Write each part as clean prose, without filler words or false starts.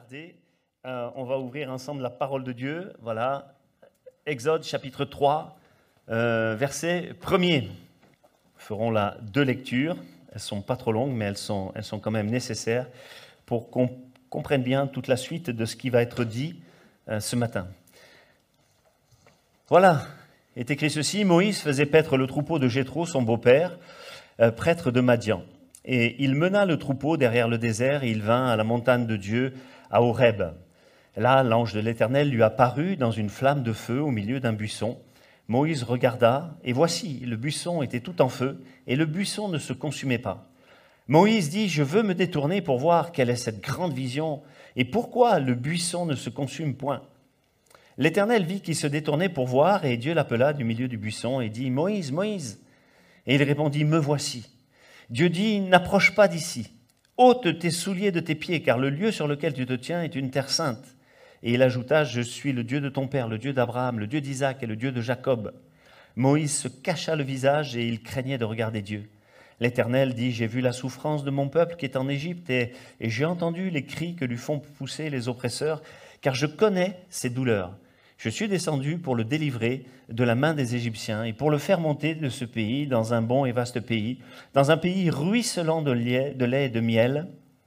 tarder, on va ouvrir ensemble la parole de Dieu. Voilà, Exode chapitre 3, verset 1er. Nous ferons là 2 lectures. Elles ne sont pas trop longues, mais elles sont quand même nécessaires pour qu'on comprenne bien toute la suite de ce qui va être dit ce matin. Voilà, est écrit ceci: Moïse faisait paître le troupeau de Jéthro, son beau-père, prêtre de Madian. Et il mena le troupeau derrière le désert et il vint à la montagne de Dieu, à Horeb. Là, l'ange de l'Éternel lui apparut dans une flamme de feu au milieu d'un buisson. Moïse regarda, et voici, le buisson était tout en feu, et le buisson ne se consumait pas. Moïse dit: Je veux me détourner pour voir quelle est cette grande vision, et pourquoi le buisson ne se consume point. L'Éternel vit qu'il se détournait pour voir, et Dieu l'appela du milieu du buisson et dit: Moïse, Moïse. Et il répondit: Me voici. Dieu dit: N'approche pas d'ici. Ôte tes souliers de tes pieds, car le lieu sur lequel tu te tiens est une terre sainte. Et il ajouta: Je suis le Dieu de ton père, le Dieu d'Abraham, le Dieu d'Isaac et le Dieu de Jacob. Moïse se cacha le visage et il craignait de regarder Dieu. L'Éternel dit: J'ai vu la souffrance de mon peuple qui est en Égypte et j'ai entendu les cris que lui font pousser les oppresseurs, car je connais ses douleurs. Je suis descendu pour le délivrer de la main des Égyptiens et pour le faire monter de ce pays dans un bon et vaste pays, dans un pays ruisselant de lait et de miel,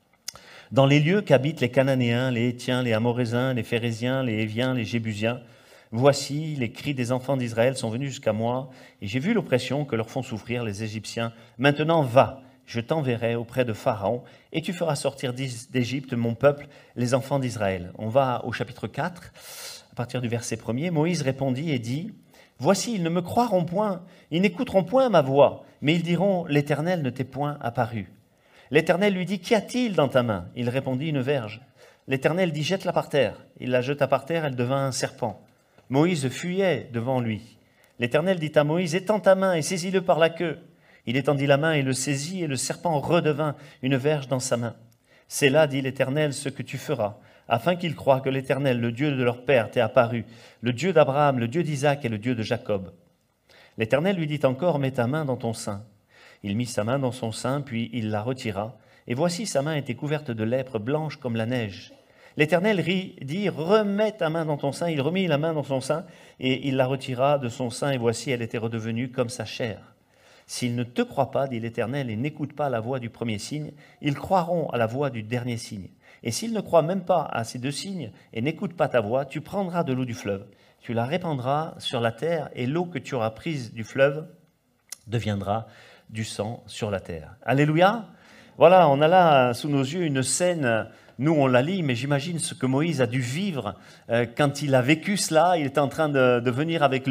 dans les lieux qu'habitent les Cananéens, les Hétiens, les Amorésiens, les Phérésiens, les Héviens, les Jébusiens. Voici, les cris des enfants d'Israël sont venus jusqu'à moi, et j'ai vu l'oppression que leur font souffrir les Égyptiens. Maintenant, va, je t'enverrai auprès de Pharaon, et tu feras sortir d'Égypte mon peuple, les enfants d'Israël. On va au chapitre 4, à partir du verset 1er. Moïse répondit et dit: Voici, ils ne me croiront point, ils n'écouteront point ma voix, mais ils diront: L'Éternel ne t'est point apparu. L'Éternel lui dit: Qu'y a-t-il dans ta main? Il répondit: Une verge. L'Éternel dit: Jette-la par terre. Il la jeta par terre, elle devint un serpent. Moïse fuyait devant lui. L'Éternel dit à Moïse: Étends ta main et saisis-le par la queue. Il étendit la main et le saisit, et le serpent redevint une verge dans sa main. C'est là, dit l'Éternel, ce que tu feras, afin qu'ils croient que l'Éternel, le Dieu de leur père, t'est apparu, le Dieu d'Abraham, le Dieu d'Isaac et le Dieu de Jacob. L'Éternel lui dit encore: Mets ta main dans ton sein. Il mit sa main dans son sein, puis il la retira, et voici sa main était couverte de lèpre blanche comme la neige. L'Éternel dit: Remets ta main dans ton sein. Il remit la main dans son sein, et il la retira de son sein, et voici, elle était redevenue comme sa chair. S'ils ne te croient pas, dit l'Éternel, et n'écoutent pas la voix du premier signe, ils croiront à la voix du dernier signe. Et s'ils ne croient même pas à ces 2 signes, et n'écoutent pas ta voix, tu prendras de l'eau du fleuve, tu la répandras sur la terre, et l'eau que tu auras prise du fleuve deviendra du sang sur la terre. Alléluia! Voilà, on a là sous nos yeux une scène. Nous, on la lit, mais j'imagine ce que Moïse a dû vivre quand il a vécu cela. Il était en train de venir avec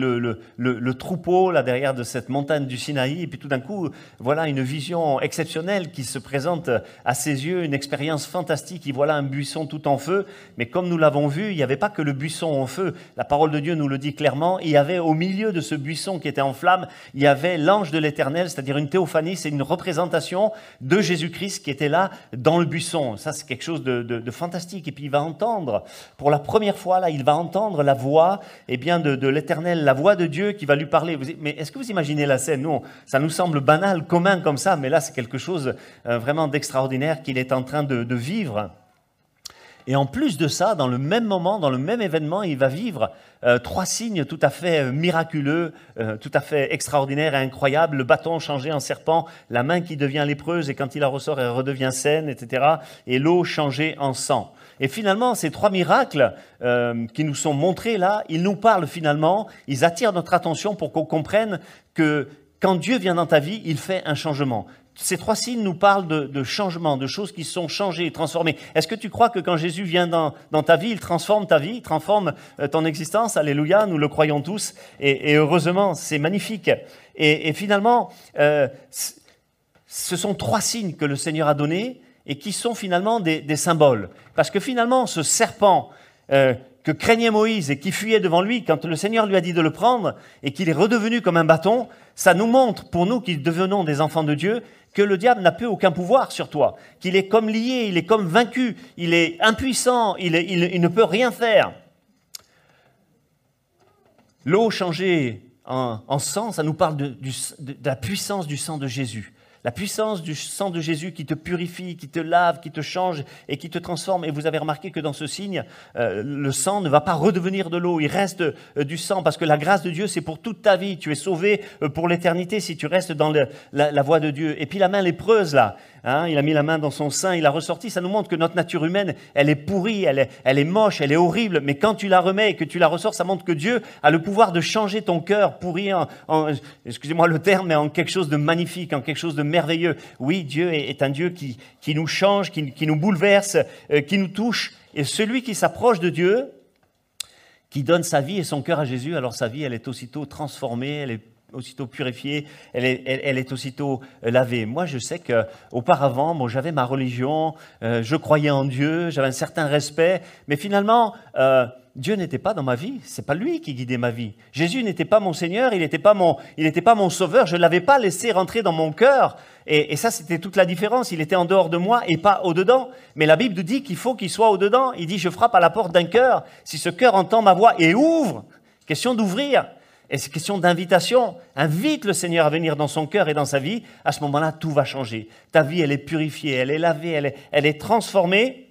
le troupeau là derrière de cette montagne du Sinaï. Et puis tout d'un coup, voilà une vision exceptionnelle qui se présente à ses yeux, une expérience fantastique. Il voit là un buisson tout en feu. Mais comme nous l'avons vu, il n'y avait pas que le buisson en feu. La parole de Dieu nous le dit clairement. Il y avait au milieu de ce buisson qui était en flamme, il y avait l'ange de l'Éternel, c'est-à-dire une théophanie. C'est une représentation de Jésus-Christ qui était là dans le buisson. Ça, c'est quelque chose de fantastique. Et puis il va entendre, pour la première fois, là, il va entendre la voix de l'Éternel, la voix de Dieu qui va lui parler. Mais est-ce que vous imaginez la scène? Nous, ça nous semble banal, commun comme ça, mais là, c'est quelque chose vraiment d'extraordinaire qu'il est en train de vivre. Et en plus de ça, dans le même moment, dans le même événement, il va vivre 3 signes tout à fait miraculeux, tout à fait extraordinaires et incroyables. Le bâton changé en serpent, la main qui devient lépreuse et quand il la ressort, elle redevient saine, etc. Et l'eau changée en sang. Et finalement, ces 3 miracles qui nous sont montrés là, ils nous parlent finalement, ils attirent notre attention pour qu'on comprenne que quand Dieu vient dans ta vie, il fait un changement. Ces 3 signes nous parlent de changements, de choses qui sont changées, transformées. Est-ce que tu crois que quand Jésus vient dans ta vie, il transforme ta vie, il transforme ton existence? Alléluia, nous le croyons tous. Et heureusement, c'est magnifique. Et finalement, ce sont 3 signes que le Seigneur a donnés et qui sont finalement des symboles. Parce que finalement, ce serpent que craignait Moïse et qui fuyait devant lui, quand le Seigneur lui a dit de le prendre et qu'il est redevenu comme un bâton, ça nous montre, pour nous qui devenons des enfants de Dieu, que le diable n'a plus aucun pouvoir sur toi, qu'il est comme lié, il est comme vaincu, il est impuissant, il ne peut rien faire. L'eau changée en sang, ça nous parle de la puissance du sang de Jésus. La puissance du sang de Jésus qui te purifie, qui te lave, qui te change et qui te transforme. Et vous avez remarqué que dans ce signe, le sang ne va pas redevenir de l'eau, il reste du sang parce que la grâce de Dieu, c'est pour toute ta vie. Tu es sauvé pour l'éternité si tu restes dans la voie de Dieu. Et puis la main lépreuse, là, hein, il a mis la main dans son sein, il a ressorti. Ça nous montre que notre nature humaine, elle est pourrie, elle est moche, elle est horrible. Mais quand tu la remets et que tu la ressors, ça montre que Dieu a le pouvoir de changer ton cœur pourri excusez-moi le terme, mais en quelque chose de magnifique, en quelque chose de merveilleux. Oui, Dieu est un Dieu qui nous change, qui nous bouleverse, qui nous touche. Et celui qui s'approche de Dieu, qui donne sa vie et son cœur à Jésus, alors sa vie, elle est aussitôt transformée, elle est aussitôt purifiée, elle est aussitôt lavée. Moi, je sais qu'auparavant, bon, j'avais ma religion, je croyais en Dieu, j'avais un certain respect, mais finalement, Dieu n'était pas dans ma vie, c'est pas lui qui guidait ma vie. Jésus n'était pas mon Seigneur, il n'était pas mon sauveur, je ne l'avais pas laissé rentrer dans mon cœur. Et ça, c'était toute la différence. Il était en dehors de moi et pas au-dedans. Mais la Bible dit qu'il faut qu'il soit au-dedans. Il dit, je frappe à la porte d'un cœur. Si ce cœur entend ma voix et ouvre, question d'ouvrir, et c'est question d'invitation. Invite le Seigneur à venir dans son cœur et dans sa vie. À ce moment-là, tout va changer. Ta vie, elle est purifiée, elle est lavée, elle est transformée.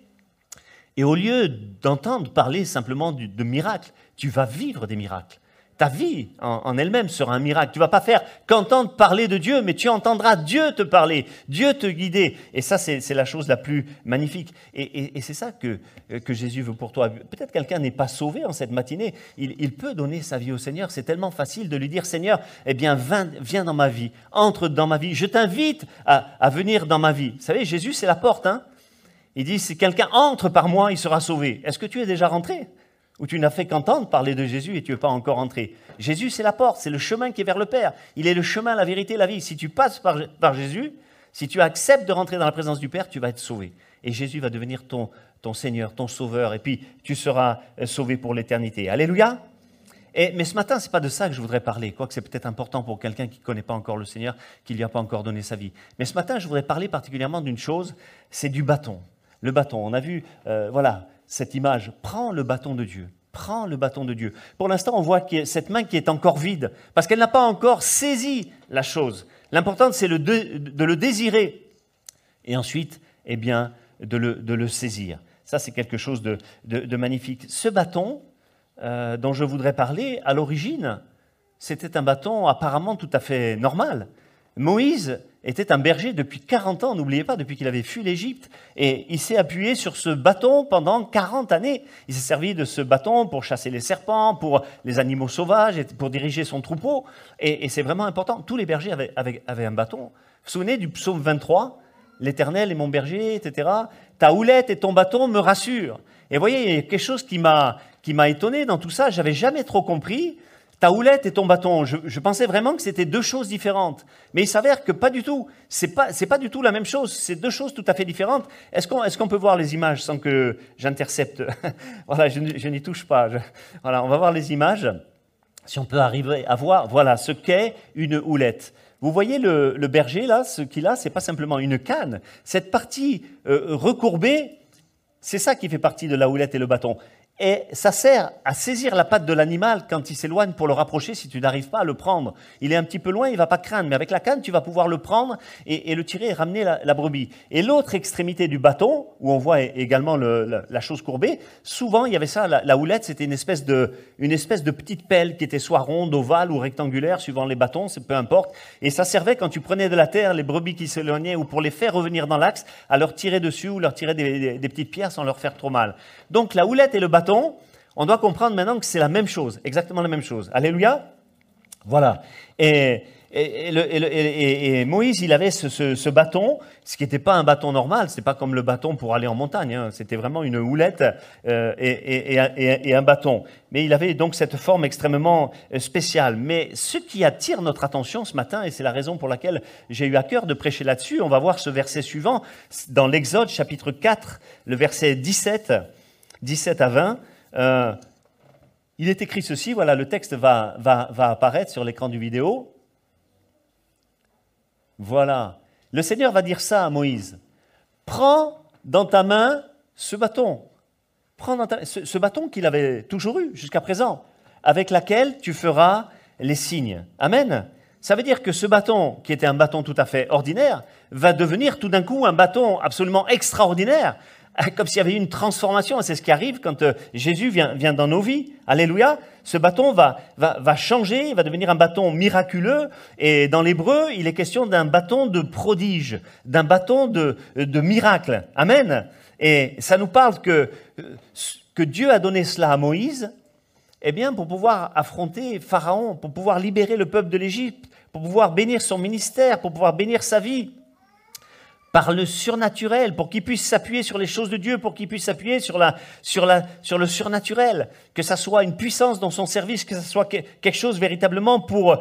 Et au lieu d'entendre parler simplement de miracles, tu vas vivre des miracles. Ta vie en elle-même sera un miracle. Tu ne vas pas faire qu'entendre parler de Dieu, mais tu entendras Dieu te parler, Dieu te guider. Et ça, c'est la chose la plus magnifique. Et c'est ça que Jésus veut pour toi. Peut-être quelqu'un n'est pas sauvé en cette matinée. Il peut donner sa vie au Seigneur. C'est tellement facile de lui dire, Seigneur, eh bien, viens dans ma vie, entre dans ma vie. Je t'invite à venir dans ma vie. Vous savez, Jésus, c'est la porte, hein. Il dit, si quelqu'un entre par moi, il sera sauvé. Est-ce que tu es déjà rentré? Ou tu n'as fait qu'entendre parler de Jésus et tu n'es pas encore entré? Jésus, c'est la porte, c'est le chemin qui est vers le Père. Il est le chemin, la vérité, la vie. Si tu passes par Jésus, si tu acceptes de rentrer dans la présence du Père, tu vas être sauvé. Et Jésus va devenir ton Seigneur, ton Sauveur. Et puis, tu seras sauvé pour l'éternité. Alléluia! Mais ce matin, ce n'est pas de ça que je voudrais parler, quoique c'est peut-être important pour quelqu'un qui ne connaît pas encore le Seigneur, qui ne lui a pas encore donné sa vie. Mais ce matin, je voudrais parler particulièrement d'une chose, c'est du bâton. Le bâton, on a vu, voilà, cette image. Prends le bâton de Dieu. Prends le bâton de Dieu. Pour l'instant, on voit que cette main qui est encore vide, parce qu'elle n'a pas encore saisi la chose. L'important, c'est de le désirer. Et ensuite, eh bien, de le saisir. Ça, c'est quelque chose de magnifique. Ce bâton dont je voudrais parler, à l'origine, c'était un bâton apparemment tout à fait normal. Moïse était un berger depuis 40 ans, n'oubliez pas, depuis qu'il avait fui l'Égypte, et il s'est appuyé sur ce bâton pendant 40 années. Il s'est servi de ce bâton pour chasser les serpents, pour les animaux sauvages, et pour diriger son troupeau, et c'est vraiment important. Tous les bergers avaient un bâton. Vous vous souvenez du psaume 23 ? L'Éternel est mon berger, etc. Ta houlette et ton bâton me rassurent. Et vous voyez, il y a quelque chose qui m'a étonné dans tout ça, je n'avais jamais trop compris. Ta houlette et ton bâton, je pensais vraiment que c'était deux choses différentes. Mais il s'avère que pas du tout. C'est pas du tout la même chose. C'est deux choses tout à fait différentes. Est-ce qu'on peut voir les images sans que j'intercepte? Voilà, je n'y touche pas. Voilà, on va voir les images. Si on peut arriver à voir, voilà, ce qu'est une houlette. Vous voyez le berger, là, ce qu'il a, ce n'est pas simplement une canne. Cette partie recourbée, c'est ça qui fait partie de la houlette et le bâton. Et ça sert à saisir la patte de l'animal quand il s'éloigne pour le rapprocher si tu n'arrives pas à le prendre. Il est un petit peu loin, il ne va pas craindre, mais avec la canne, tu vas pouvoir le prendre et le tirer et ramener la brebis. Et l'autre extrémité du bâton, où on voit également la chose courbée, souvent il y avait ça, la houlette, c'était une espèce de petite pelle qui était soit ronde, ovale ou rectangulaire, suivant les bâtons, peu importe. Et ça servait quand tu prenais de la terre, les brebis qui s'éloignaient, ou pour les faire revenir dans l'axe, à leur tirer dessus ou leur tirer des petites pierres sans leur faire trop mal. Donc la houlette et le bâton, on doit comprendre maintenant que c'est la même chose, exactement la même chose. Alléluia. Voilà. Et Moïse, il avait ce bâton, ce qui n'était pas un bâton normal, ce n'était pas comme le bâton pour aller en montagne, hein. C'était vraiment une houlette et un bâton. Mais il avait donc cette forme extrêmement spéciale. Mais ce qui attire notre attention ce matin, et c'est la raison pour laquelle j'ai eu à cœur de prêcher là-dessus, on va voir ce verset suivant, dans l'Exode chapitre 4, le verset 17 à 20, il est écrit ceci, voilà, le texte va apparaître sur l'écran du vidéo. Voilà, le Seigneur va dire ça à Moïse. Prends dans ta main ce bâton. Prends dans ce bâton qu'il avait toujours eu jusqu'à présent, avec laquelle tu feras les signes. Amen. Ça veut dire que ce bâton, qui était un bâton tout à fait ordinaire, va devenir tout d'un coup un bâton absolument extraordinaire, comme s'il y avait eu une transformation. Et c'est ce qui arrive quand Jésus vient dans nos vies. Alléluia. Ce bâton va changer, va devenir un bâton miraculeux. Et dans l'hébreu, il est question d'un bâton de prodige, d'un bâton de miracle. Amen. Et ça nous parle que Dieu a donné cela à Moïse, eh bien, pour pouvoir affronter Pharaon, pour pouvoir libérer le peuple de l'Égypte, pour pouvoir bénir son ministère, pour pouvoir bénir sa vie, par le surnaturel, pour qu'il puisse s'appuyer sur les choses de Dieu, pour qu'il puisse s'appuyer sur le surnaturel, que ça soit une puissance dans son service, que ça soit quelque chose véritablement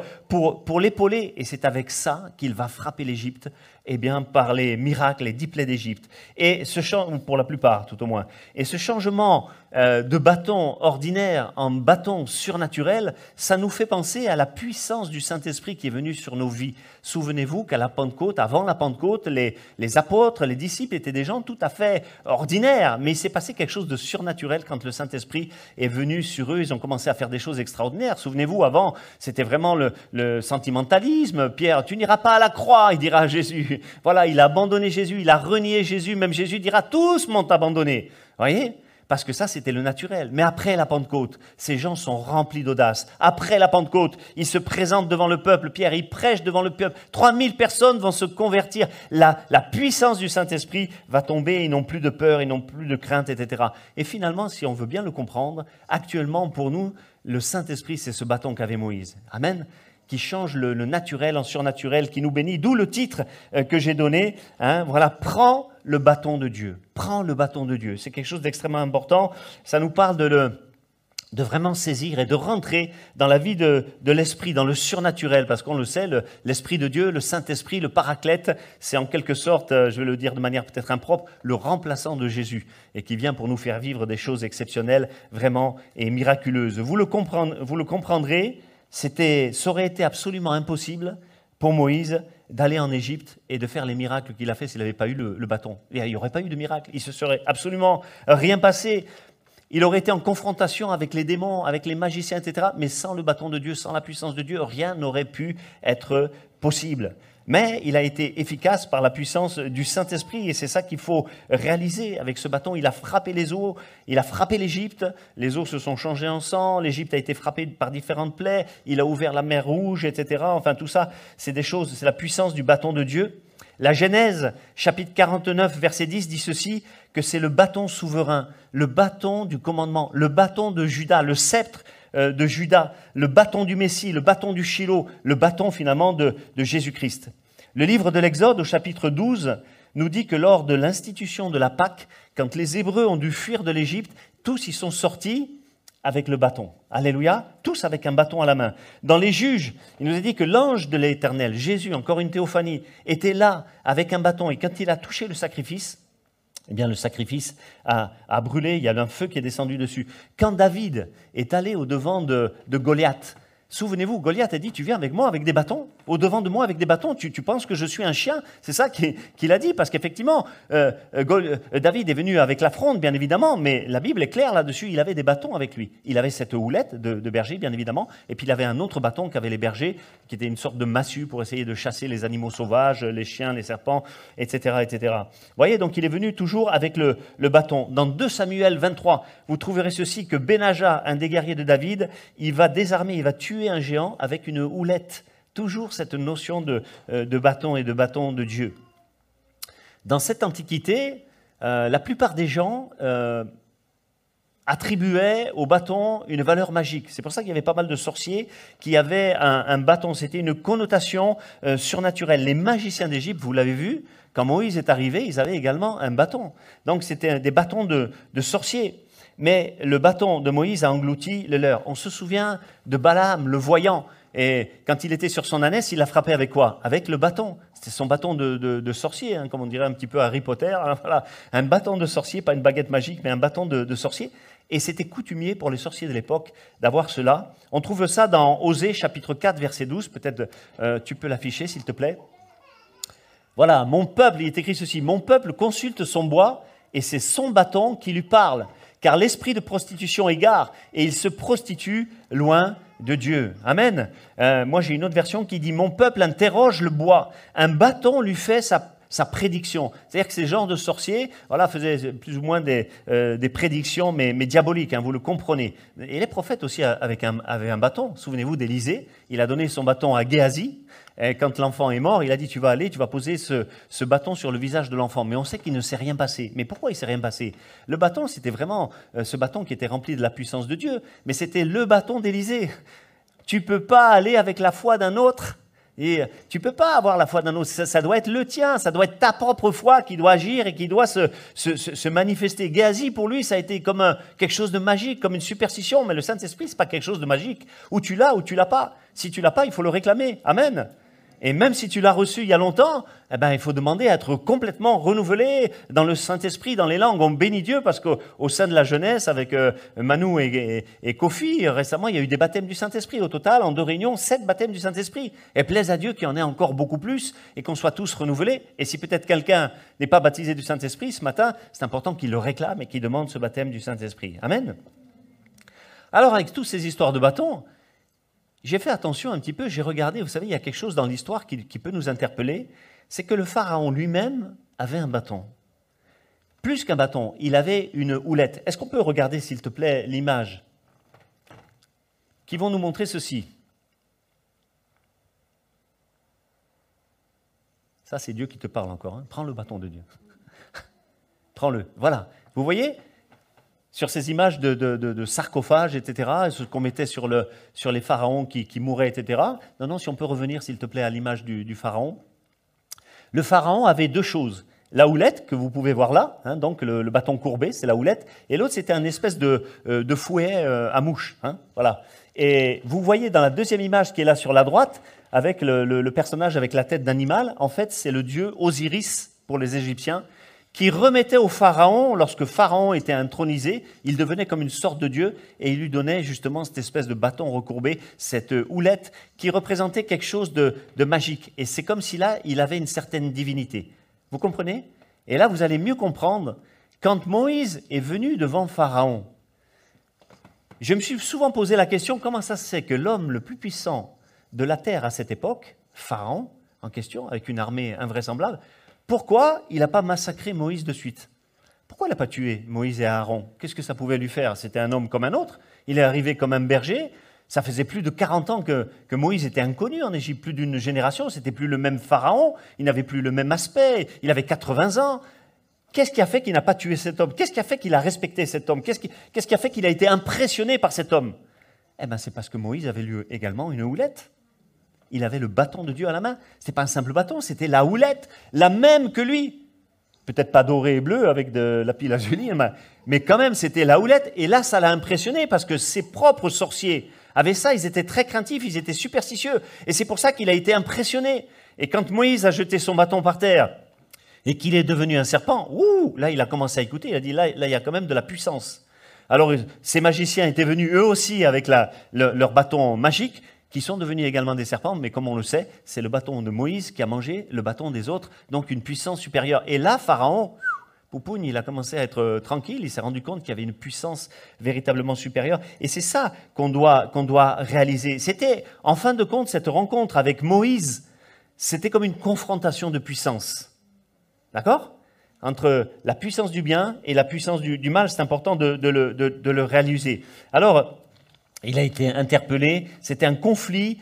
pour l'épauler. Et c'est avec ça qu'il va frapper l'Égypte, eh bien, par les miracles, les 10 plaies d'Égypte. Et pour la plupart, tout au moins. Et ce changement de bâton ordinaire en bâton surnaturel, ça nous fait penser à la puissance du Saint-Esprit qui est venu sur nos vies. Souvenez-vous qu'à la Pentecôte, avant la Pentecôte, les apôtres, les disciples étaient des gens tout à fait ordinaires, mais il s'est passé quelque chose de surnaturel quand le Saint-Esprit est venu sur eux. Ils ont commencé à faire des choses extraordinaires. Souvenez-vous, avant, c'était vraiment le sentimentalisme. Pierre, tu n'iras pas à la croix, il dira à Jésus. Voilà, il a abandonné Jésus, il a renié Jésus. Même Jésus dira, tous m'ont abandonné. Voyez ? Parce que ça, c'était le naturel. Mais après la Pentecôte, ces gens sont remplis d'audace. Après la Pentecôte, ils se présentent devant le peuple. Pierre, il prêche devant le peuple. 3000 personnes vont se convertir. La puissance du Saint-Esprit va tomber. Ils n'ont plus de peur, ils n'ont plus de crainte, etc. Et finalement, si on veut bien le comprendre, actuellement, pour nous, le Saint-Esprit, c'est ce bâton qu'avait Moïse. Amen. Qui change le naturel en surnaturel, qui nous bénit. D'où le titre que j'ai donné. Voilà, prends le bâton de Dieu. Prends le bâton de Dieu. C'est quelque chose d'extrêmement important. Ça nous parle de vraiment saisir et de rentrer dans la vie de l'Esprit, dans le surnaturel, parce qu'on le sait, l'Esprit de Dieu, le Saint-Esprit, le Paraclète, c'est en quelque sorte, je vais le dire de manière peut-être impropre, le remplaçant de Jésus, et qui vient pour nous faire vivre des choses exceptionnelles, vraiment, et miraculeuses. Vous le comprendrez, ça aurait été absolument impossible pour Moïse d'aller en Égypte et de faire les miracles qu'il a fait s'il n'avait pas eu le bâton. Il n'y aurait pas eu de miracle. Il ne se serait absolument rien passé. Il aurait été en confrontation avec les démons, avec les magiciens, etc. Mais sans le bâton de Dieu, sans la puissance de Dieu, rien n'aurait pu être possible. Mais il a été efficace par la puissance du Saint-Esprit et c'est ça qu'il faut réaliser avec ce bâton. Il a frappé les eaux, il a frappé l'Égypte, les eaux se sont changées en sang, l'Égypte a été frappée par différentes plaies, il a ouvert la mer Rouge, etc. Enfin tout ça, c'est des choses, c'est la puissance du bâton de Dieu. La Genèse, chapitre 49, verset 10, dit ceci, que c'est le bâton souverain, le bâton du commandement, le bâton de Juda, le sceptre de Juda, le bâton du Messie, le bâton du Shiloh, le bâton finalement de Jésus-Christ. Le livre de l'Exode, au chapitre 12, nous dit que lors de l'institution de la Pâque, quand les Hébreux ont dû fuir de l'Égypte, tous y sont sortis avec le bâton. Alléluia, tous avec un bâton à la main. Dans les Juges, il nous est dit que l'ange de l'Éternel, Jésus, encore une théophanie, était là avec un bâton et quand il a touché le sacrifice, eh bien, le sacrifice a brûlé, il y a un feu qui est descendu dessus. Quand David est allé au-devant de Goliath, souvenez-vous, Goliath a dit, tu viens avec moi avec des bâtons, au-devant de moi avec des bâtons, tu penses que je suis un chien? C'est ça qu'il a dit, parce qu'effectivement, David est venu avec la fronde, bien évidemment, mais la Bible est claire là-dessus, il avait des bâtons avec lui. Il avait cette houlette de berger, bien évidemment, et puis il avait un autre bâton qu'avaient les bergers, qui était une sorte de massue pour essayer de chasser les animaux sauvages, les chiens, les serpents, etc. etc. Vous voyez, donc il est venu toujours avec le bâton. Dans 2 Samuel 23, vous trouverez ceci, que Benaja, un des guerriers de David, il va désarmer, il va tuer un géant avec une houlette. Toujours cette notion de bâton et de bâton de Dieu. Dans cette antiquité, la plupart des gens attribuaient au bâton une valeur magique. C'est pour ça qu'il y avait pas mal de sorciers qui avaient un bâton. C'était une connotation surnaturelle. Les magiciens d'Égypte, vous l'avez vu, quand Moïse est arrivé, ils avaient également un bâton. Donc c'était des bâtons de sorciers. Mais le bâton de Moïse a englouti le leur. On se souvient de Balaam, le voyant. Et quand il était sur son ânesse, il l'a frappé avec quoi? Avec le bâton. C'était son bâton de sorcier, hein, comme on dirait un petit peu Harry Potter. Hein, voilà. Un bâton de sorcier, pas une baguette magique, mais un bâton de sorcier. Et c'était coutumier pour les sorciers de l'époque d'avoir cela. On trouve ça dans Osée, chapitre 4, verset 12. Peut-être tu peux l'afficher, s'il te plaît. Voilà, mon peuple, il est écrit ceci, mon peuple consulte son bois et c'est son bâton qui lui parle. Car l'esprit de prostitution égare et il se prostitue loin de Dieu. Amen. Moi, j'ai une autre version qui dit « Mon peuple interroge le bois. Un bâton lui fait sa prédiction. » C'est-à-dire que ces genres de sorciers faisaient plus ou moins des prédictions, mais diaboliques, hein, vous le comprenez. Et les prophètes aussi avaient un bâton. Souvenez-vous d'Élisée, il a donné son bâton à Géasi. Et quand l'enfant est mort, il a dit « Tu vas aller, tu vas poser ce bâton sur le visage de l'enfant. » Mais on sait qu'il ne s'est rien passé. Mais pourquoi il ne s'est rien passé? Le bâton, c'était vraiment ce bâton qui était rempli de la puissance de Dieu. Mais c'était le bâton d'Élisée. Tu ne peux pas aller avec la foi d'un autre. Et tu ne peux pas avoir la foi d'un autre, ça doit être le tien, ça doit être ta propre foi qui doit agir et qui doit se manifester. Géasi, pour lui, ça a été comme quelque chose de magique, comme une superstition, mais le Saint-Esprit, ce n'est pas quelque chose de magique. Ou tu l'as pas. Si tu l'as pas, il faut le réclamer. Amen. Et même si tu l'as reçu il y a longtemps, il faut demander à être complètement renouvelé dans le Saint-Esprit, dans les langues. On bénit Dieu parce qu'au sein de la jeunesse, avec Manu et Kofi, récemment, il y a eu des baptêmes du Saint-Esprit. Au total, en 2 réunions, 7 baptêmes du Saint-Esprit. Et plaise à Dieu qu'il y en ait encore beaucoup plus et qu'on soit tous renouvelés. Et si peut-être quelqu'un n'est pas baptisé du Saint-Esprit ce matin, c'est important qu'il le réclame et qu'il demande ce baptême du Saint-Esprit. Amen. Alors, avec toutes ces histoires de bâtons, j'ai fait attention un petit peu, j'ai regardé, vous savez, il y a quelque chose dans l'histoire qui peut nous interpeller, c'est que le pharaon lui-même avait un bâton. Plus qu'un bâton, il avait une houlette. Est-ce qu'on peut regarder, s'il te plaît, l'image qui vont nous montrer ceci? Ça, c'est Dieu qui te parle encore. Hein. Prends le bâton de Dieu. Prends-le. Voilà. Vous voyez ? Sur ces images de sarcophages, etc., ce qu'on mettait sur les pharaons qui mouraient, etc. Non, si on peut revenir, s'il te plaît, à l'image du pharaon. Le pharaon avait 2 choses. La houlette, que vous pouvez voir là, hein, donc le bâton courbé, c'est la houlette, et l'autre, c'était un espèce de fouet à mouche. Hein, voilà. Et vous voyez dans la deuxième image qui est là sur la droite, avec le personnage avec la tête d'animal, en fait, c'est le dieu Osiris pour les Égyptiens, qui remettait au pharaon, lorsque pharaon était intronisé, il devenait comme une sorte de dieu, et il lui donnait justement cette espèce de bâton recourbé, cette houlette, qui représentait quelque chose de magique. Et c'est comme si là, il avait une certaine divinité. Vous comprenez? Et là, vous allez mieux comprendre, quand Moïse est venu devant Pharaon, je me suis souvent posé la question, comment ça se fait que l'homme le plus puissant de la terre à cette époque, Pharaon, en question, avec une armée invraisemblable, pourquoi il n'a pas massacré Moïse de suite? Pourquoi il n'a pas tué Moïse et Aaron? Qu'est-ce que ça pouvait lui faire? C'était un homme comme un autre. Il est arrivé comme un berger. Ça faisait plus de 40 ans que Moïse était inconnu en Égypte, plus d'une génération. C'était plus le même pharaon. Il n'avait plus le même aspect. Il avait 80 ans. Qu'est-ce qui a fait qu'il n'a pas tué cet homme? Qu'est-ce qui a fait qu'il a respecté cet homme? Qu'est-ce qui a fait qu'il a été impressionné par cet homme? C'est parce que Moïse avait lui également une houlette. Il avait le bâton de Dieu à la main. Ce n'était pas un simple bâton, c'était la houlette, la même que lui. Peut-être pas doré et bleu avec de la pile à Julie, mais quand même, c'était la houlette. Et là, ça l'a impressionné parce que ses propres sorciers avaient ça. Ils étaient très craintifs, ils étaient superstitieux. Et c'est pour ça qu'il a été impressionné. Et quand Moïse a jeté son bâton par terre et qu'il est devenu un serpent, là, il a commencé à écouter. Il a dit, là, il y a quand même de la puissance. Alors, ces magiciens étaient venus eux aussi avec leur bâton magique, qui sont devenus également des serpents, mais comme on le sait, c'est le bâton de Moïse qui a mangé le bâton des autres, donc une puissance supérieure. Et là, Pharaon, Poupoune, il a commencé à être tranquille, il s'est rendu compte qu'il y avait une puissance véritablement supérieure. Et c'est ça qu'on doit réaliser. C'était, en fin de compte, cette rencontre avec Moïse, c'était comme une confrontation de puissance. D'accord ? Entre la puissance du bien et la puissance du mal, c'est important de le réaliser. Alors, il a été interpellé, c'était un conflit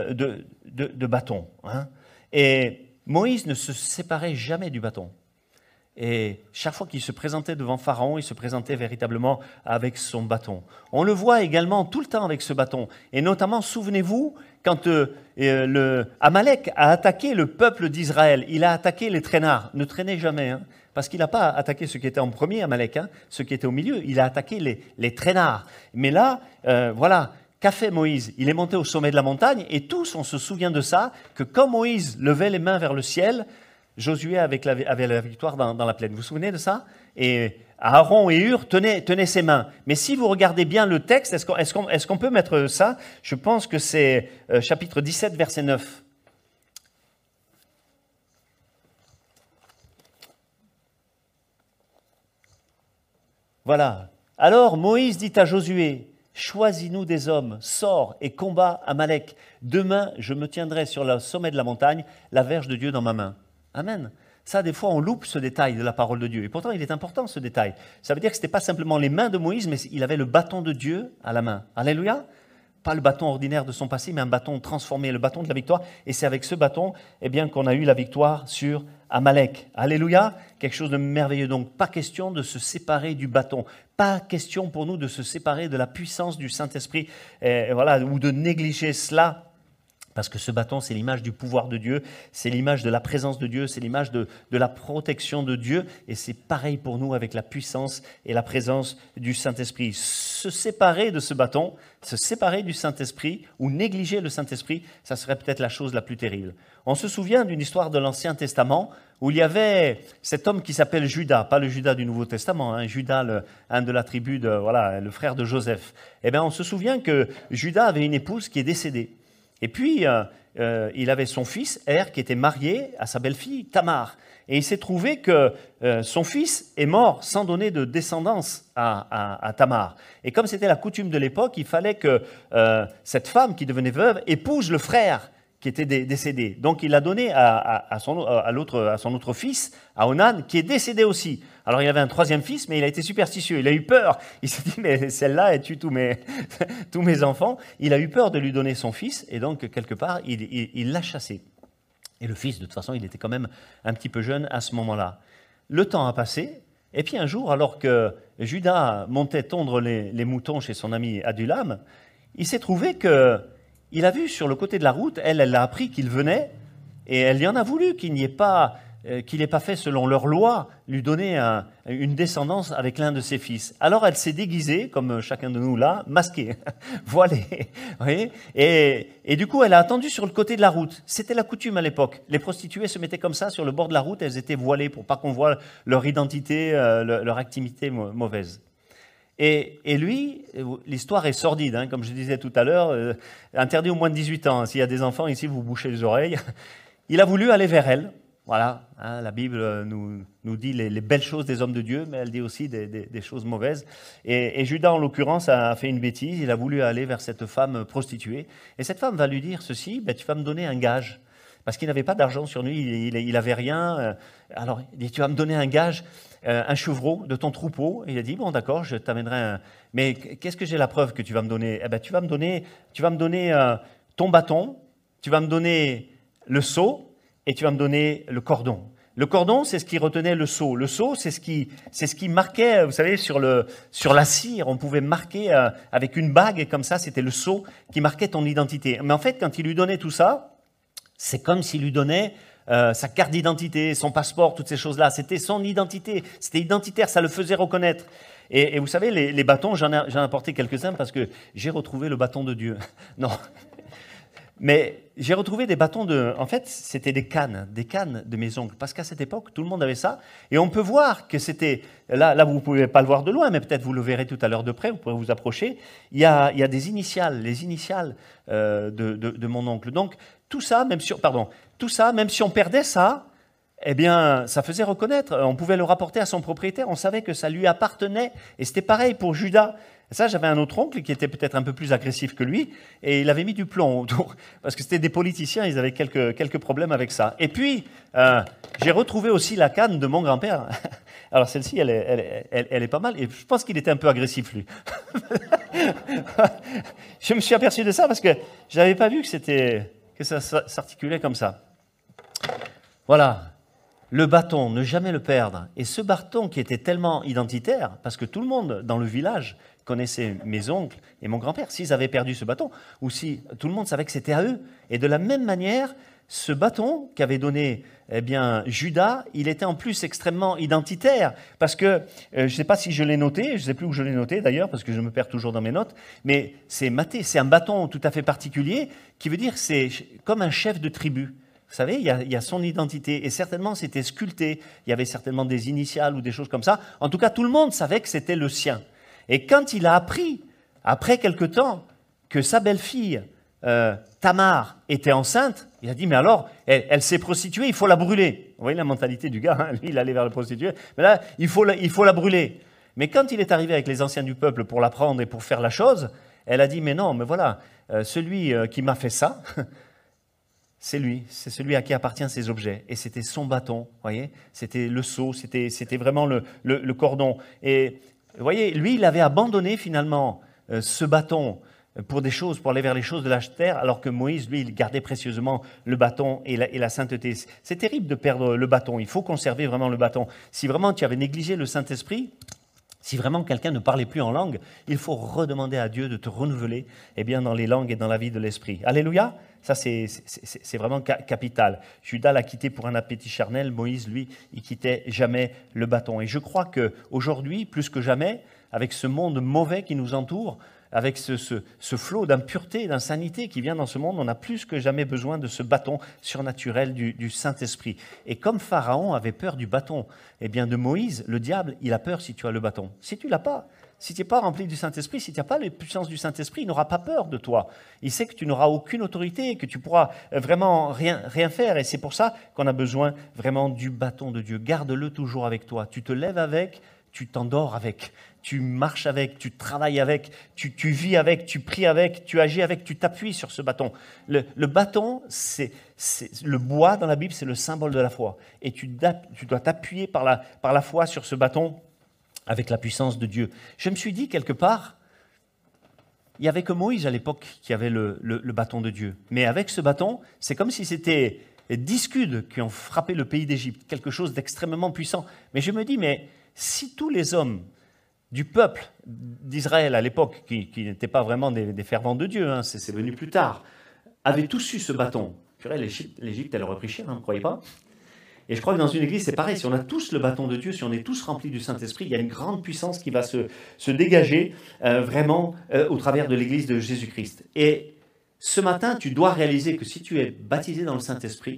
de bâtons. Hein. Et Moïse ne se séparait jamais du bâton. Et chaque fois qu'il se présentait devant Pharaon, il se présentait véritablement avec son bâton. On le voit également tout le temps avec ce bâton. Et notamment, souvenez-vous, quand Amalek a attaqué le peuple d'Israël, il a attaqué les traînards. Ne traînez jamais, hein, parce qu'il n'a pas attaqué ceux qui étaient en premier, Amalek, hein, ceux qui étaient au milieu. Il a attaqué les traînards. Mais là, voilà, qu'a fait Moïse? Il est monté au sommet de la montagne et tous, on se souvient de ça, que quand Moïse levait les mains vers le ciel, Josué avait la victoire dans la plaine. Vous vous souvenez de ça? Et Aaron et Hur tenaient ses mains. Mais si vous regardez bien le texte, est-ce qu'on peut mettre ça? Je pense que c'est chapitre 17, verset 9. Voilà. Alors Moïse dit à Josué, choisis-nous des hommes, sors et combat Amalek. Demain, je me tiendrai sur le sommet de la montagne, la verge de Dieu dans ma main. Amen. Ça, des fois, on loupe ce détail de la parole de Dieu. Et pourtant, il est important, ce détail. Ça veut dire que ce n'était pas simplement les mains de Moïse, mais il avait le bâton de Dieu à la main. Alléluia. Pas le bâton ordinaire de son passé, mais un bâton transformé, le bâton de la victoire. Et c'est avec ce bâton qu'on a eu la victoire sur Amalek. Alléluia. Quelque chose de merveilleux. Donc, pas question de se séparer du bâton. Pas question pour nous de se séparer de la puissance du Saint-Esprit ou de négliger cela. Parce que ce bâton, c'est l'image du pouvoir de Dieu, c'est l'image de la présence de Dieu, c'est l'image de la protection de Dieu. Et c'est pareil pour nous avec la puissance et la présence du Saint-Esprit. Se séparer de ce bâton, se séparer du Saint-Esprit ou négliger le Saint-Esprit, ça serait peut-être la chose la plus terrible. On se souvient d'une histoire de l'Ancien Testament où il y avait cet homme qui s'appelle Judas, pas le Judas du Nouveau Testament, Judas, un de la tribu, le frère de Joseph. Eh bien, on se souvient que Judas avait une épouse qui est décédée. Et puis, il avait son fils, qui était marié à sa belle-fille, Tamar. Et il s'est trouvé que son fils est mort sans donner de descendance à Tamar. Et comme c'était la coutume de l'époque, il fallait que cette femme qui devenait veuve épouse le frère qui était décédé. Donc, il l'a donné à son autre fils, à Onan, qui est décédé aussi. Alors, il avait un troisième fils, mais il a été superstitieux. Il a eu peur. Il s'est dit, mais celle-là, elle tue tous mes enfants. Il a eu peur de lui donner son fils, et donc, quelque part, il l'a chassé. Et le fils, de toute façon, il était quand même un petit peu jeune à ce moment-là. Le temps a passé, et puis un jour, alors que Judas montait tondre les moutons chez son ami Adulam, il s'est trouvé qu'il a vu sur le côté de la route, elle l'a appris qu'il venait, et elle y en a voulu qu'il n'ait pas fait selon leur loi, lui donner une descendance avec l'un de ses fils. Alors elle s'est déguisée, comme chacun de nous là, masquée, voilée. Vous voyez, et du coup, elle a attendu sur le côté de la route. C'était la coutume à l'époque. Les prostituées se mettaient comme ça sur le bord de la route, elles étaient voilées pour pas qu'on voit leur identité, leur activité mauvaise. Et lui, l'histoire est sordide, comme je disais tout à l'heure, interdit aux moins de 18 ans. S'il y a des enfants ici, vous bouchez les oreilles. Il a voulu aller vers elle. Voilà, la Bible nous dit les belles choses des hommes de Dieu, mais elle dit aussi des choses mauvaises. Et Judas, en l'occurrence, a fait une bêtise. Il a voulu aller vers cette femme prostituée. Et cette femme va lui dire ceci, tu vas me donner un gage. Parce qu'il n'avait pas d'argent sur lui, il n'avait rien. Alors, il dit, tu vas me donner un gage, un chevreau de ton troupeau. Et il a dit, bon d'accord, je t'amènerai un... Mais qu'est-ce que j'ai la preuve que tu vas me donner? Tu vas me donner ton bâton, tu vas me donner le seau, et tu vas me donner le cordon. Le cordon, c'est ce qui retenait le seau. Le seau, c'est ce qui marquait, vous savez, sur la cire, on pouvait marquer avec une bague, et comme ça, c'était le sceau qui marquait ton identité. Mais en fait, quand il lui donnait tout ça, c'est comme s'il lui donnait sa carte d'identité, son passeport, toutes ces choses-là. C'était son identité, c'était identitaire, ça le faisait reconnaître. Et vous savez, les bâtons, j'en ai apporté quelques-uns parce que j'ai retrouvé le bâton de Dieu. Non. Mais j'ai retrouvé des bâtons en fait, c'était des cannes de mes oncles. Parce qu'à cette époque, tout le monde avait ça. Et on peut voir que c'était, là vous ne pouvez pas le voir de loin, mais peut-être vous le verrez tout à l'heure de près, vous pourrez vous approcher. Il y a des initiales, les initiales de mon oncle. Donc, tout ça, même si on perdait ça, eh bien, ça faisait reconnaître. On pouvait le rapporter à son propriétaire. On savait que ça lui appartenait. Et c'était pareil pour Judas. Ça, j'avais un autre oncle qui était peut-être un peu plus agressif que lui, et il avait mis du plomb autour, parce que c'était des politiciens, ils avaient quelques problèmes avec ça. Et puis, j'ai retrouvé aussi la canne de mon grand-père. Alors celle-ci, elle est pas mal, et je pense qu'il était un peu agressif, lui. Je me suis aperçu de ça, parce que je n'avais pas vu que ça s'articulait comme ça. Voilà. Le bâton, ne jamais le perdre. Et ce bâton qui était tellement identitaire, parce que tout le monde dans le village connaissait mes oncles et mon grand-père, s'ils avaient perdu ce bâton, ou si tout le monde savait que c'était à eux. Et de la même manière, ce bâton qu'avait donné Judas, il était en plus extrêmement identitaire, parce que, je ne sais pas si je l'ai noté, je ne sais plus où je l'ai noté d'ailleurs, parce que je me perds toujours dans mes notes, mais c'est un bâton tout à fait particulier, qui veut dire que c'est comme un chef de tribu. Vous savez, il y a son identité, et certainement c'était sculpté, il y avait certainement des initiales ou des choses comme ça. En tout cas, tout le monde savait que c'était le sien. Et quand il a appris, après quelque temps, que sa belle-fille, Tamar, était enceinte, il a dit, mais alors, elle s'est prostituée, il faut la brûler. Vous voyez la mentalité du gars, lui, il allait vers la prostituée, mais là, il faut la brûler. Mais quand il est arrivé avec les anciens du peuple pour la prendre et pour faire la chose, Elle a dit, mais non, mais voilà, celui qui m'a fait ça, c'est lui, c'est celui à qui appartiennent ces objets. Et c'était son bâton, voyez, c'était le seau, c'était vraiment le cordon. Et vous voyez, lui, il avait abandonné finalement ce bâton pour des choses, pour aller vers les choses de la terre, alors que Moïse, lui, il gardait précieusement le bâton et la sainteté. C'est terrible de perdre le bâton, il faut conserver vraiment le bâton. Si vraiment tu avais négligé le Saint-Esprit, si vraiment quelqu'un ne parlait plus en langue, il faut redemander à Dieu de te renouveler dans les langues et dans la vie de l'esprit. Alléluia. Ça, c'est vraiment capital. Judas l'a quitté pour un appétit charnel. Moïse, lui, il quittait jamais le bâton. Et je crois qu'aujourd'hui, plus que jamais, avec ce monde mauvais qui nous entoure, avec ce flot d'impureté, d'insanité qui vient dans ce monde, on a plus que jamais besoin de ce bâton surnaturel du Saint-Esprit. Et comme Pharaon avait peur du bâton, de Moïse, le diable, il a peur si tu as le bâton. Si tu ne l'as pas, si tu n'es pas rempli du Saint-Esprit, si tu n'as pas les puissances du Saint-Esprit, il n'aura pas peur de toi. Il sait que tu n'auras aucune autorité, que tu pourras vraiment rien faire. Et c'est pour ça qu'on a besoin vraiment du bâton de Dieu. Garde-le toujours avec toi. Tu te lèves avec, tu t'endors avec. Tu marches avec, tu travailles avec, tu vis avec, tu pries avec, tu agis avec, tu t'appuies sur ce bâton. Le bâton, c'est le bois dans la Bible, c'est le symbole de la foi. Et tu dois t'appuyer par la foi sur ce bâton avec la puissance de Dieu. Je me suis dit quelque part, il n'y avait que Moïse à l'époque qui avait le bâton de Dieu. Mais avec ce bâton, c'est comme si c'était 10 scuds qui ont frappé le pays d'Égypte, quelque chose d'extrêmement puissant. Mais je me dis, mais si tous les hommes du peuple d'Israël à l'époque, qui n'étaient pas vraiment des fervents de Dieu, c'est venu plus tard, avaient tous eu ce bâton. L'Égypte, elle aurait pris cher, vous ne croyez pas? Et je crois que dans une église, c'est pareil. Si on a tous le bâton de Dieu, si on est tous remplis du Saint-Esprit, il y a une grande puissance qui va se dégager vraiment au travers de l'église de Jésus-Christ. Et ce matin, tu dois réaliser que si tu es baptisé dans le Saint-Esprit,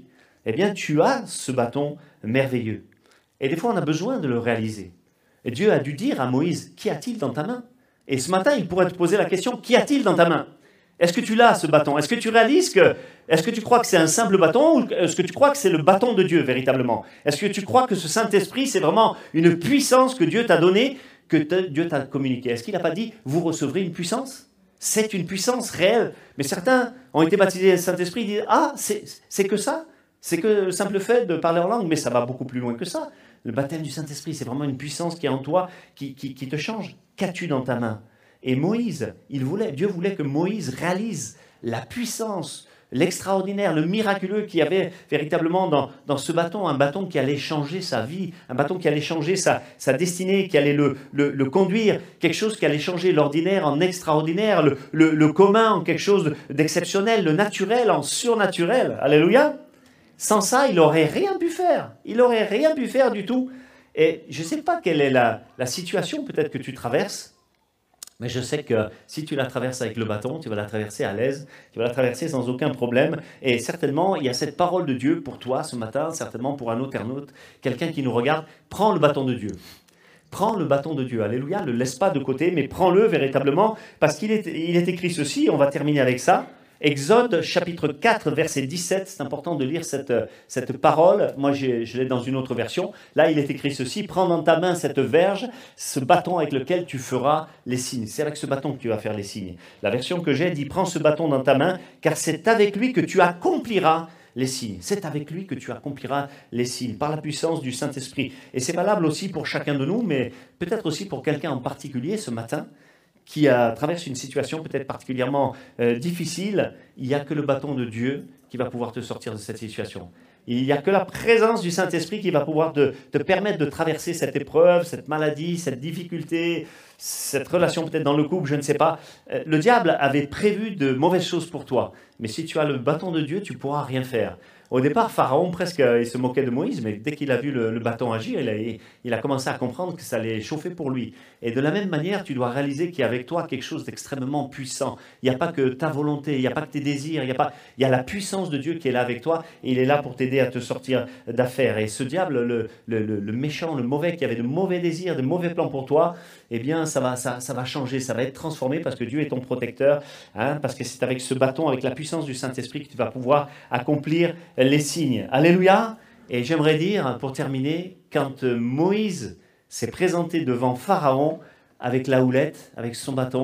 tu as ce bâton merveilleux. Et des fois, on a besoin de le réaliser. Et Dieu a dû dire à Moïse, qu'y a-t-il dans ta main? Et ce matin, il pourrait te poser la question, qu'y a-t-il dans ta main? Est-ce que tu l'as, ce bâton? Est-ce que tu réalises est-ce que tu crois que c'est un simple bâton ou est-ce que tu crois que c'est le bâton de Dieu véritablement? Est-ce que tu crois que ce Saint-Esprit, c'est vraiment une puissance que Dieu t'a donnée, que Dieu t'a communiquée? Est-ce qu'il n'a pas dit, vous recevrez une puissance? C'est une puissance réelle. Mais certains ont été baptisés dans le Saint-Esprit, ils disent, ah, c'est que ça? C'est que le simple fait de parler en langue, mais ça va beaucoup plus loin que ça. Le baptême du Saint-Esprit, c'est vraiment une puissance qui est en toi, qui te change. Qu'as-tu dans ta main? Et Moïse, Dieu voulait que Moïse réalise la puissance, l'extraordinaire, le miraculeux qu'il y avait véritablement dans ce bâton, un bâton qui allait changer sa vie, un bâton qui allait changer sa destinée, qui allait le conduire, quelque chose qui allait changer l'ordinaire en extraordinaire, le commun en quelque chose d'exceptionnel, le naturel en surnaturel. Alléluia! Sans ça, il n'aurait rien pu faire. Il n'aurait rien pu faire du tout. Et je ne sais pas quelle est la situation peut-être que tu traverses, mais je sais que si tu la traverses avec le bâton, tu vas la traverser à l'aise, tu vas la traverser sans aucun problème. Et certainement, il y a cette parole de Dieu pour toi ce matin, certainement pour un internaute, quelqu'un qui nous regarde. Prends le bâton de Dieu. Prends le bâton de Dieu. Alléluia. Ne le laisse pas de côté, mais prends-le véritablement, parce qu'il est écrit ceci, on va terminer avec ça. Exode chapitre 4, verset 17, c'est important de lire cette parole. Moi, je l'ai dans une autre version. Là, il est écrit ceci, prends dans ta main cette verge, ce bâton avec lequel tu feras les signes. C'est avec ce bâton que tu vas faire les signes. La version que j'ai dit, prends ce bâton dans ta main, car c'est avec lui que tu accompliras les signes. C'est avec lui que tu accompliras les signes, par la puissance du Saint-Esprit. Et c'est valable aussi pour chacun de nous, mais peut-être aussi pour quelqu'un en particulier ce matin, qui traverse une situation peut-être particulièrement difficile. Il n'y a que le bâton de Dieu qui va pouvoir te sortir de cette situation. Il n'y a que la présence du Saint-Esprit qui va pouvoir te permettre de traverser cette épreuve, cette maladie, cette difficulté, cette relation peut-être dans le couple, je ne sais pas. Le diable avait prévu de mauvaises choses pour toi. Mais si tu as le bâton de Dieu, tu ne pourras rien faire. Au départ, Pharaon, presque, il se moquait de Moïse, mais dès qu'il a vu le bâton agir, il a commencé à comprendre que ça allait chauffer pour lui. Et de la même manière, tu dois réaliser qu'il y a avec toi quelque chose d'extrêmement puissant. Il n'y a pas que ta volonté, il n'y a pas que tes désirs, il y a la puissance de Dieu qui est là avec toi, et il est là pour t'aider à te sortir d'affaires. Et ce diable, le méchant, le mauvais, qui avait de mauvais désirs, de mauvais plans pour toi, eh bien, ça va changer, ça va être transformé parce que Dieu est ton protecteur, parce que c'est avec ce bâton, avec la puissance du Saint-Esprit que tu vas pouvoir accomplir les signes. Alléluia! Et j'aimerais dire, pour terminer, quand Moïse s'est présenté devant Pharaon avec la houlette, avec son bâton,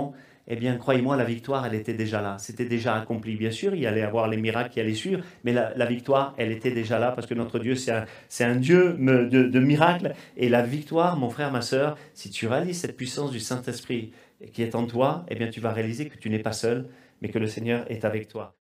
eh bien, croyez-moi, la victoire, elle était déjà là. C'était déjà accompli. Bien sûr, il y allait avoir les miracles qui allaient suivre, mais la victoire, elle était déjà là parce que notre Dieu, c'est un Dieu de miracles. Et la victoire, mon frère, ma sœur, si tu réalises cette puissance du Saint-Esprit qui est en toi, eh bien, tu vas réaliser que tu n'es pas seul, mais que le Seigneur est avec toi.